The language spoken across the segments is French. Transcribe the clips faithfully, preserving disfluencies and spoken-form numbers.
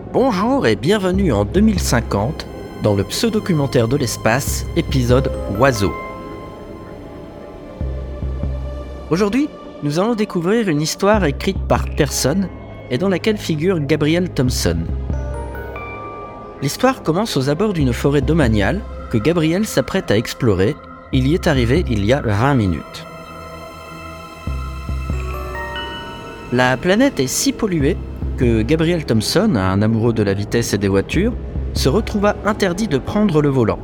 Bonjour et bienvenue en deux mille cinquante dans le pseudo-documentaire de l'espace, épisode Oiseaux. Aujourd'hui, nous allons découvrir une histoire écrite par personne et dans laquelle figure Gabriel Thompson. L'histoire commence aux abords d'une forêt domaniale que Gabriel s'apprête à explorer. Il y est arrivé il y a vingt minutes. La planète est si polluée que Gabriel Thompson, un amoureux de la vitesse et des voitures, se retrouva interdit de prendre le volant.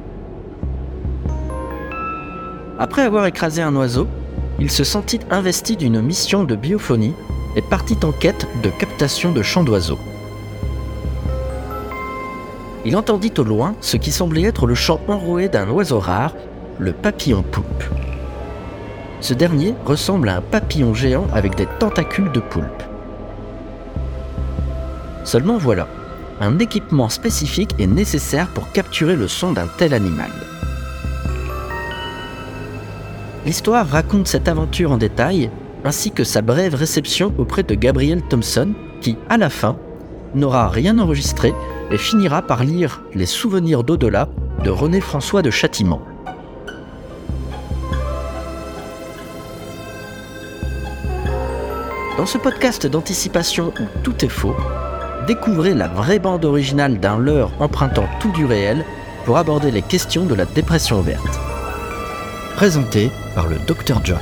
Après avoir écrasé un oiseau, il se sentit investi d'une mission de biophonie et partit en quête de captation de chants d'oiseaux. Il entendit au loin ce qui semblait être le chant enroué d'un oiseau rare, le papillon-poulpe. Ce dernier ressemble à un papillon géant avec des tentacules de poulpe. Seulement voilà, un équipement spécifique est nécessaire pour capturer le son d'un tel animal. L'histoire raconte cette aventure en détail, ainsi que sa brève réception auprès de Gabriel Thompson, qui, à la fin, n'aura rien enregistré et finira par lire Les Souvenirs d'au-delà de René-François de Châtiment. Dans ce podcast d'anticipation où tout est faux, découvrez la vraie bande originale d'un leurre empruntant tout du réel pour aborder les questions de la dépression verte. Présenté par le docteur John.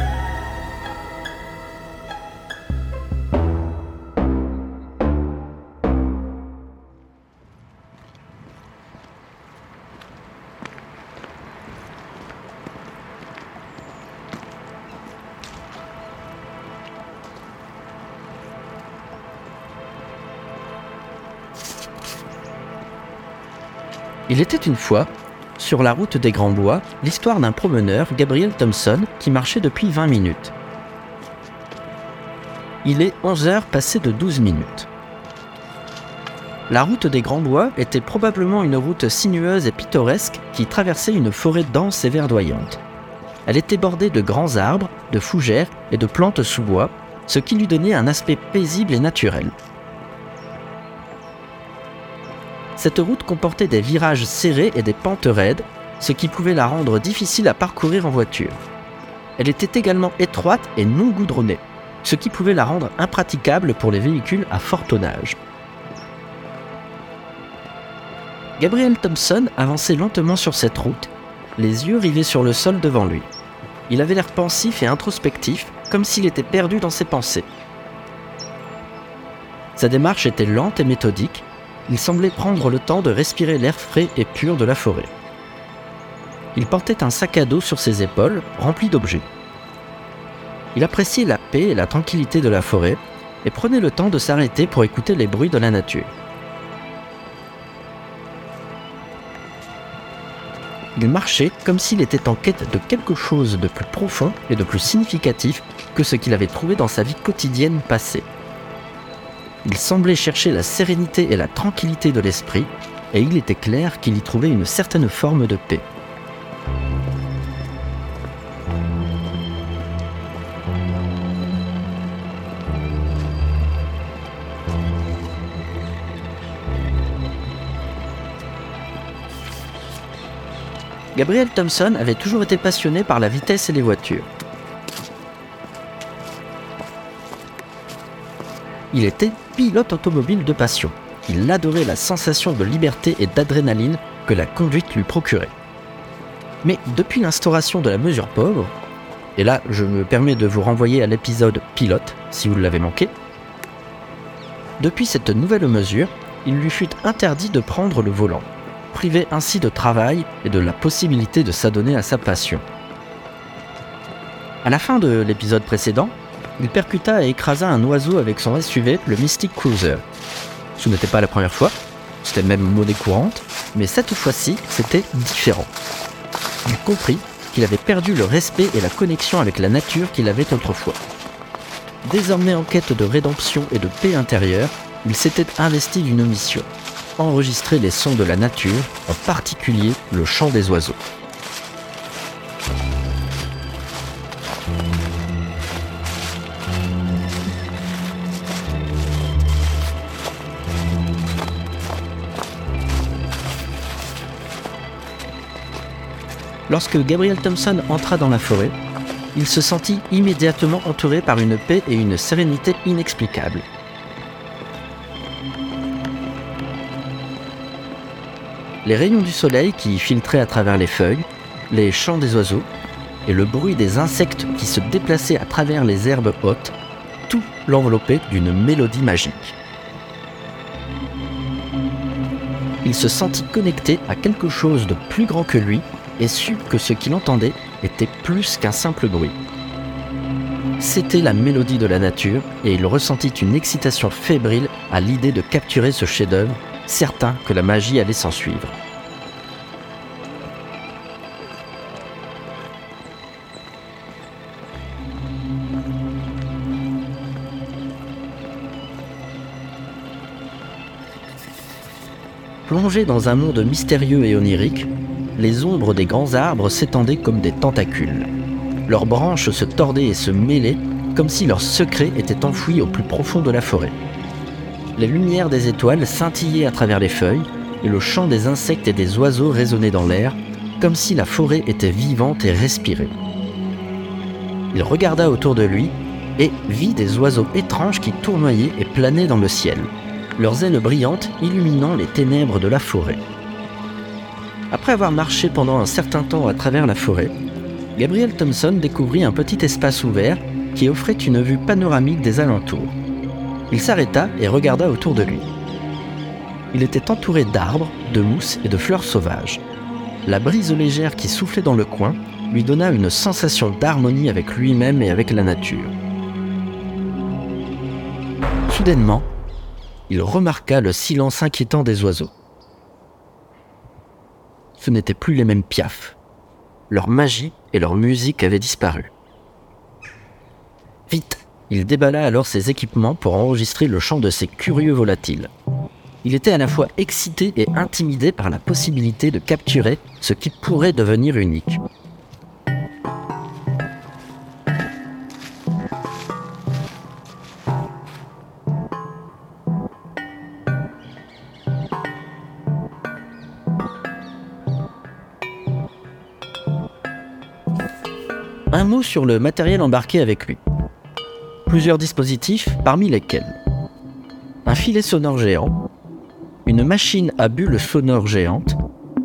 Il était une fois, sur la route des Grands Bois, l'histoire d'un promeneur, Gabriel Thompson, qui marchait depuis vingt minutes. Il est onze heures passées de douze minutes. La route des Grands Bois était probablement une route sinueuse et pittoresque qui traversait une forêt dense et verdoyante. Elle était bordée de grands arbres, de fougères et de plantes sous bois, ce qui lui donnait un aspect paisible et naturel. Cette route comportait des virages serrés et des pentes raides, ce qui pouvait la rendre difficile à parcourir en voiture. Elle était également étroite et non goudronnée, ce qui pouvait la rendre impraticable pour les véhicules à fort tonnage. Gabriel Thompson avançait lentement sur cette route, les yeux rivés sur le sol devant lui. Il avait l'air pensif et introspectif, comme s'il était perdu dans ses pensées. Sa démarche était lente et méthodique. Il semblait prendre le temps de respirer l'air frais et pur de la forêt. Il portait un sac à dos sur ses épaules, rempli d'objets. Il appréciait la paix et la tranquillité de la forêt et prenait le temps de s'arrêter pour écouter les bruits de la nature. Il marchait comme s'il était en quête de quelque chose de plus profond et de plus significatif que ce qu'il avait trouvé dans sa vie quotidienne passée. Il semblait chercher la sérénité et la tranquillité de l'esprit, et il était clair qu'il y trouvait une certaine forme de paix. Gabriel Thompson avait toujours été passionné par la vitesse et les voitures. Il était pilote automobile de passion. Il adorait la sensation de liberté et d'adrénaline que la conduite lui procurait. Mais depuis l'instauration de la mesure pauvre, et là je me permets de vous renvoyer à l'épisode pilote si vous l'avez manqué, depuis cette nouvelle mesure, il lui fut interdit de prendre le volant, privé ainsi de travail et de la possibilité de s'adonner à sa passion. À la fin de l'épisode précédent, il percuta et écrasa un oiseau avec son S U V, le Mystic Cruiser. Ce n'était pas la première fois, c'était même monnaie courante, mais cette fois-ci, c'était différent. Il comprit qu'il avait perdu le respect et la connexion avec la nature qu'il avait autrefois. Désormais en quête de rédemption et de paix intérieure, il s'était investi d'une mission, enregistrer les sons de la nature, en particulier le chant des oiseaux. Lorsque Gabriel Thompson entra dans la forêt, il se sentit immédiatement entouré par une paix et une sérénité inexplicables. Les rayons du soleil qui filtraient à travers les feuilles, les chants des oiseaux et le bruit des insectes qui se déplaçaient à travers les herbes hautes, tout l'enveloppait d'une mélodie magique. Il se sentit connecté à quelque chose de plus grand que lui et sut que ce qu'il entendait était plus qu'un simple bruit. C'était la mélodie de la nature et il ressentit une excitation fébrile à l'idée de capturer ce chef-d'œuvre, certain que la magie allait s'en suivre. Plongé dans un monde mystérieux et onirique, les ombres des grands arbres s'étendaient comme des tentacules. Leurs branches se tordaient et se mêlaient, comme si leurs secrets étaient enfouis au plus profond de la forêt. Les lumières des étoiles scintillaient à travers les feuilles, et le chant des insectes et des oiseaux résonnait dans l'air, comme si la forêt était vivante et respirait. Il regarda autour de lui et vit des oiseaux étranges qui tournoyaient et planaient dans le ciel, leurs ailes brillantes illuminant les ténèbres de la forêt. Après avoir marché pendant un certain temps à travers la forêt, Gabriel Thompson découvrit un petit espace ouvert qui offrait une vue panoramique des alentours. Il s'arrêta et regarda autour de lui. Il était entouré d'arbres, de mousses et de fleurs sauvages. La brise légère qui soufflait dans le coin lui donna une sensation d'harmonie avec lui-même et avec la nature. Soudainement, il remarqua le silence inquiétant des oiseaux. Ce n'étaient plus les mêmes piafs. Leur magie et leur musique avaient disparu. Vite, il déballa alors ses équipements pour enregistrer le chant de ces curieux volatiles. Il était à la fois excité et intimidé par la possibilité de capturer ce qui pourrait devenir unique. Un mot sur le matériel embarqué avec lui. Plusieurs dispositifs, parmi lesquels un filet sonore géant, une machine à bulles sonores géante,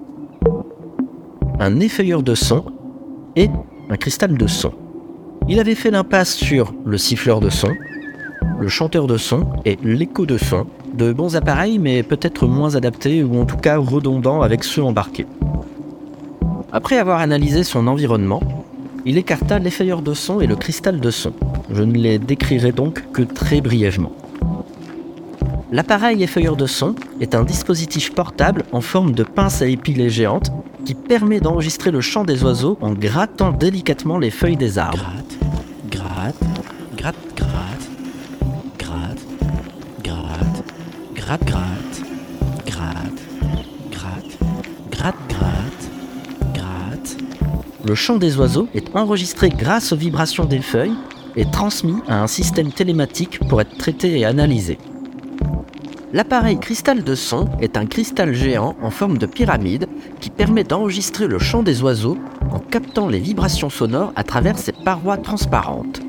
un effeuilleur de son et un cristal de son. Il avait fait l'impasse sur le siffleur de son, le chanteur de son et l'écho de son, de bons appareils mais peut-être moins adaptés ou en tout cas redondants avec ceux embarqués. Après avoir analysé son environnement, il écarta l'effeuilleur de son et le cristal de son. Je ne les décrirai donc que très brièvement. L'appareil effeuilleur de son est un dispositif portable en forme de pince à épiler géante qui permet d'enregistrer le chant des oiseaux en grattant délicatement les feuilles des arbres. Gratte, gratte, gratte, gratte, gratte, gratte, gratte, gratte, gratte, gratte, gratte, gratte, gratte. Le chant des oiseaux est enregistré grâce aux vibrations des feuilles et transmis à un système télématique pour être traité et analysé. L'appareil cristal de son est un cristal géant en forme de pyramide qui permet d'enregistrer le chant des oiseaux en captant les vibrations sonores à travers ses parois transparentes.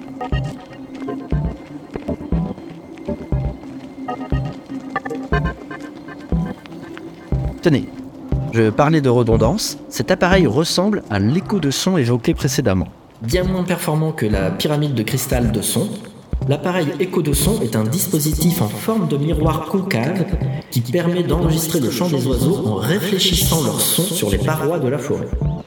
Tenez, je parlais de redondance, cet appareil ressemble à l'écho de son évoqué précédemment. Bien moins performant que la pyramide de cristal de son, l'appareil écho de son est un dispositif en forme de miroir concave qui permet d'enregistrer le chant des oiseaux en réfléchissant leur son sur les parois de la forêt.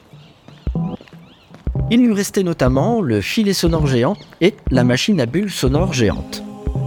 Il lui restait notamment le filet sonore géant et la machine à bulles sonore géante.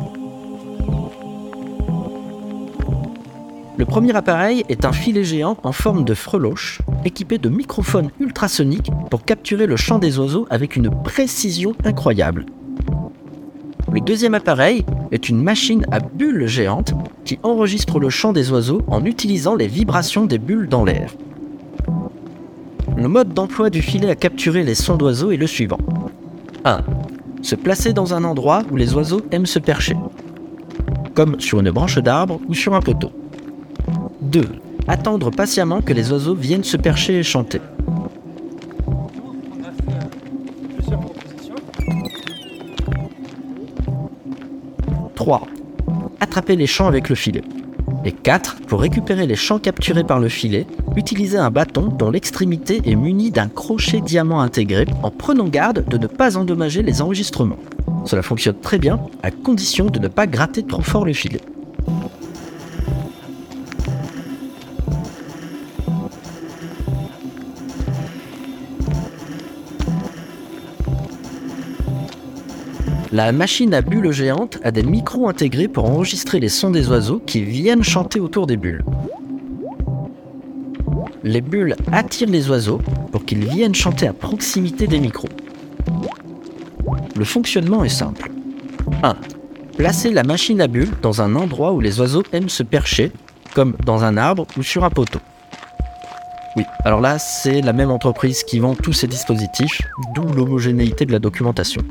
Le premier appareil est un filet géant en forme de freloche, équipé de microphones ultrasoniques pour capturer le chant des oiseaux avec une précision incroyable. Le deuxième appareil est une machine à bulles géante qui enregistre le chant des oiseaux en utilisant les vibrations des bulles dans l'air. Le mode d'emploi du filet à capturer les sons d'oiseaux est le suivant. un. Se placer dans un endroit où les oiseaux aiment se percher, comme sur une branche d'arbre ou sur un poteau. deux. Attendre patiemment que les oiseaux viennent se percher et chanter. trois. Attraper les chants avec le filet. Et quatre. Pour récupérer les chants capturés par le filet, utilisez un bâton dont l'extrémité est munie d'un crochet diamant intégré en prenant garde de ne pas endommager les enregistrements. Cela fonctionne très bien à condition de ne pas gratter trop fort le filet. La machine à bulles géante a des micros intégrés pour enregistrer les sons des oiseaux qui viennent chanter autour des bulles. Les bulles attirent les oiseaux pour qu'ils viennent chanter à proximité des micros. Le fonctionnement est simple. un. Placez la machine à bulles dans un endroit où les oiseaux aiment se percher, comme dans un arbre ou sur un poteau. Oui, alors là, c'est la même entreprise qui vend tous ces dispositifs, d'où l'homogénéité de la documentation.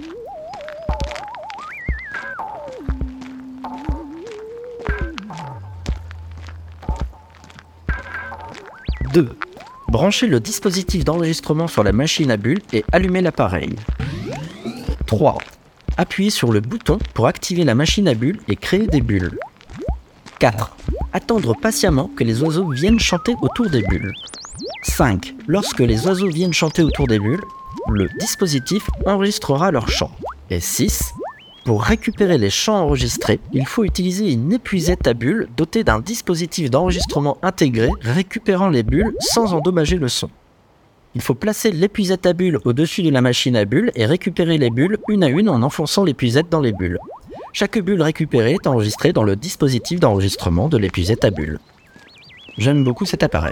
deux. Branchez le dispositif d'enregistrement sur la machine à bulles et allumez l'appareil. trois. Appuyez sur le bouton pour activer la machine à bulles et créer des bulles. quatre. Attendre patiemment que les oiseaux viennent chanter autour des bulles. cinq. Lorsque les oiseaux viennent chanter autour des bulles, le dispositif enregistrera leur chant. Et six. Pour récupérer les chants enregistrés, il faut utiliser une épuisette à bulles dotée d'un dispositif d'enregistrement intégré récupérant les bulles sans endommager le son. Il faut placer l'épuisette à bulles au-dessus de la machine à bulles et récupérer les bulles une à une en enfonçant l'épuisette dans les bulles. Chaque bulle récupérée est enregistrée dans le dispositif d'enregistrement de l'épuisette à bulles. J'aime beaucoup cet appareil.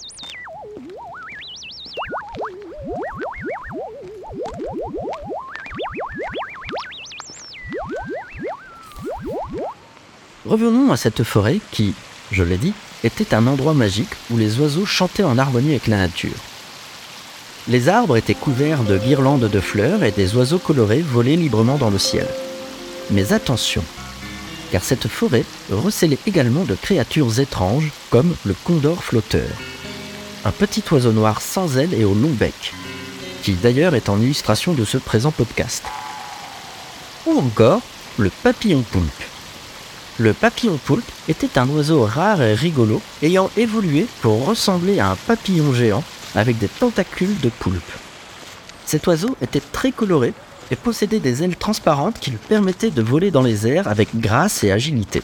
Revenons à cette forêt qui, je l'ai dit, était un endroit magique où les oiseaux chantaient en harmonie avec la nature. Les arbres étaient couverts de guirlandes de fleurs et des oiseaux colorés volaient librement dans le ciel. Mais attention, car cette forêt recelait également de créatures étranges comme le condor flotteur, un petit oiseau noir sans ailes et au long bec, qui d'ailleurs est en illustration de ce présent podcast. Ou encore le papillon poulpe. Le papillon poulpe était un oiseau rare et rigolo ayant évolué pour ressembler à un papillon géant avec des tentacules de poulpe. Cet oiseau était très coloré et possédait des ailes transparentes qui lui permettaient de voler dans les airs avec grâce et agilité.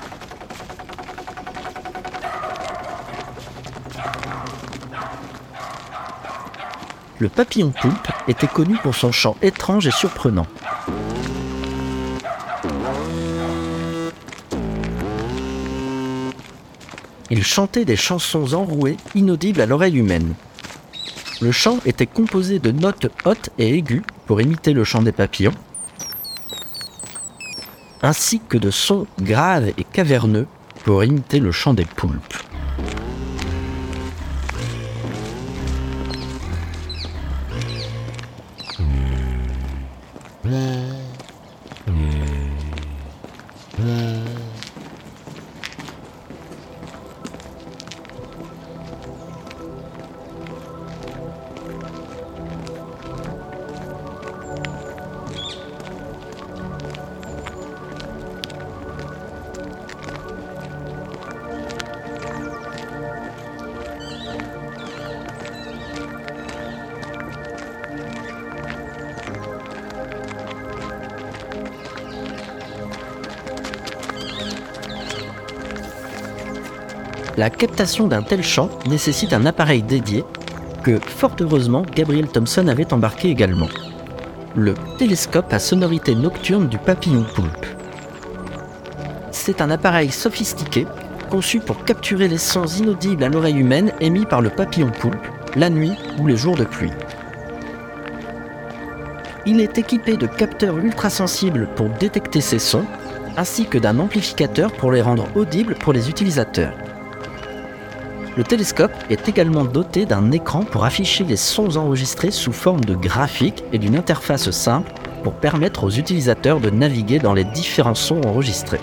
Le papillon poulpe était connu pour son chant étrange et surprenant. Il chantait des chansons enrouées, inaudibles à l'oreille humaine. Le chant était composé de notes hautes et aiguës pour imiter le chant des papillons, ainsi que de sons graves et caverneux pour imiter le chant des poulpes. La captation d'un tel chant nécessite un appareil dédié que, fort heureusement, Gabriel Thomson avait embarqué également. Le télescope à sonorité nocturne du papillon poulpe. C'est un appareil sophistiqué conçu pour capturer les sons inaudibles à l'oreille humaine émis par le papillon poulpe la nuit ou les jours de pluie. Il est équipé de capteurs ultrasensibles pour détecter ces sons, ainsi que d'un amplificateur pour les rendre audibles pour les utilisateurs. Le télescope est également doté d'un écran pour afficher les sons enregistrés sous forme de graphiques et d'une interface simple pour permettre aux utilisateurs de naviguer dans les différents sons enregistrés.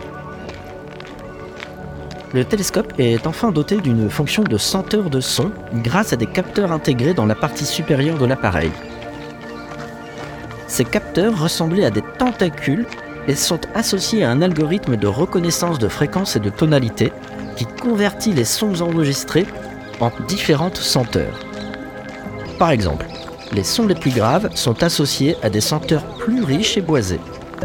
Le télescope est enfin doté d'une fonction de senteur de son grâce à des capteurs intégrés dans la partie supérieure de l'appareil. Ces capteurs ressemblaient à des tentacules et sont associés à un algorithme de reconnaissance de fréquences et de tonalités qui convertit les sons enregistrés en différentes senteurs. Par exemple, les sons les plus graves sont associés à des senteurs plus riches et boisées.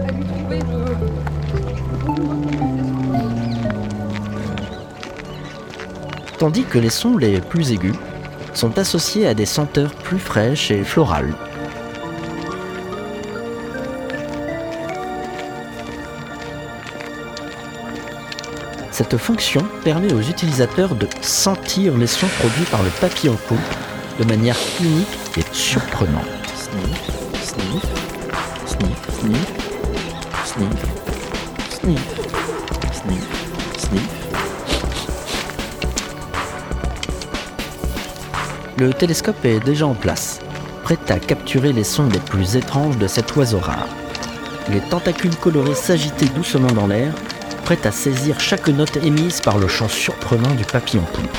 Tandis que les sons les plus aigus sont associés à des senteurs plus fraîches et florales. Cette fonction permet aux utilisateurs de sentir les sons produits par le papillon poulpe de manière unique et surprenante. Sniff, sniff, sniff, sniff, sniff, sniff, sniff, sniff. Le télescope est déjà en place, prêt à capturer les sons les plus étranges de cet oiseau rare. Les tentacules colorés s'agitaient doucement dans l'air, prêts à saisir chaque note émise par le chant surprenant du papillon poulpe.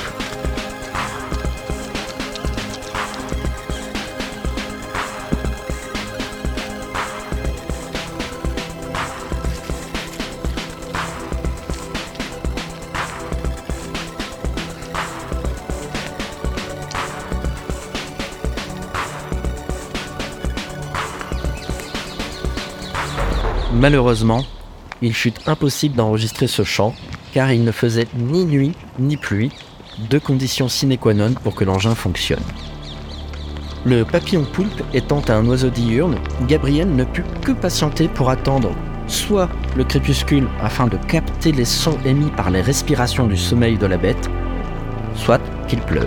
Malheureusement, il fut impossible d'enregistrer ce chant, car il ne faisait ni nuit ni pluie, deux conditions sine qua non pour que l'engin fonctionne. Le papillon poulpe étant un oiseau diurne, Gabriel ne put que patienter pour attendre soit le crépuscule afin de capter les sons émis par les respirations du sommeil de la bête, soit qu'il pleuve.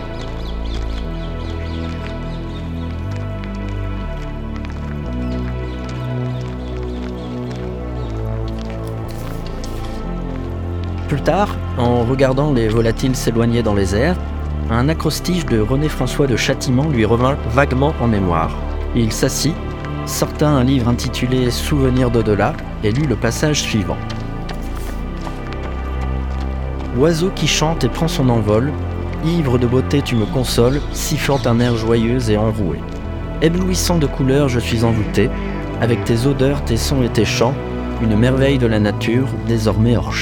Plus tard, en regardant les volatiles s'éloigner dans les airs, un acrostiche de René-François de Châtiment lui revint vaguement en mémoire. Il s'assit, sorta un livre intitulé « Souvenirs d'au-delà » et lut le passage suivant. « Oiseau qui chante et prend son envol, ivre de beauté tu me consoles, sifflant un air joyeux et enroué. Éblouissant de couleurs je suis envoûté, avec tes odeurs, tes sons et tes chants, une merveille de la nature, désormais hors champ. »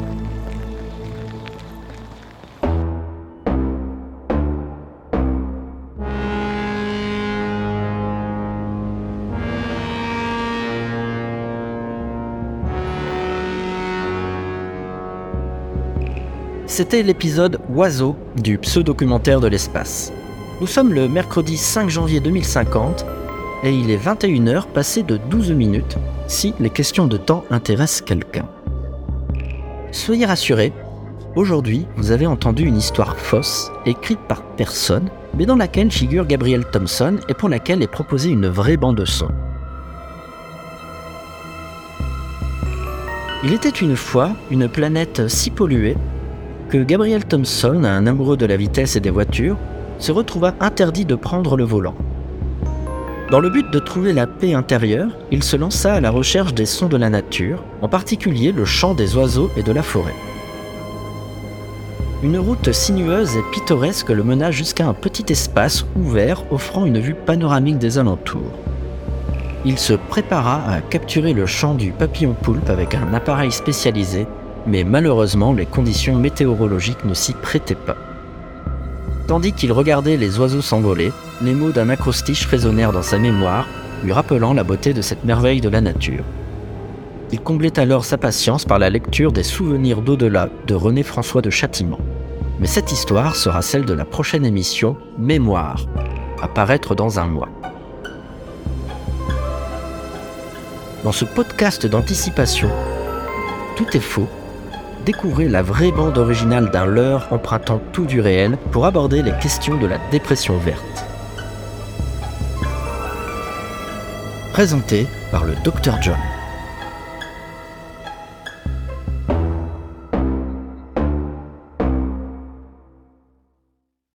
C'était l'épisode Oiseau du pseudo-documentaire de l'espace. Nous sommes le mercredi cinq janvier deux mille cinquante et il est vingt et une heures passées de douze minutes si les questions de temps intéressent quelqu'un. Soyez rassurés, aujourd'hui vous avez entendu une histoire fausse, écrite par personne, mais dans laquelle figure Gabriel Thompson et pour laquelle est proposée une vraie bande-son. Il était une fois une planète si polluée que Gabriel Thompson, un amoureux de la vitesse et des voitures, se retrouva interdit de prendre le volant. Dans le but de trouver la paix intérieure, il se lança à la recherche des sons de la nature, en particulier le chant des oiseaux et de la forêt. Une route sinueuse et pittoresque le mena jusqu'à un petit espace ouvert offrant une vue panoramique des alentours. Il se prépara à capturer le chant du papillon poulpe avec un appareil spécialisé, mais malheureusement les conditions météorologiques ne s'y prêtaient pas. Tandis qu'il regardait les oiseaux s'envoler, les mots d'un acrostiche résonnèrent dans sa mémoire, lui rappelant la beauté de cette merveille de la nature. Il comblait alors sa patience par la lecture des Souvenirs d'au-delà de René-François de Châtiment. Mais cette histoire sera celle de la prochaine émission Mémoire, à paraître dans un mois. Dans ce podcast d'anticipation, tout est faux. Découvrez la vraie bande originale d'un leurre empruntant tout du réel pour aborder les questions de la dépression verte. Présenté par le docteur John.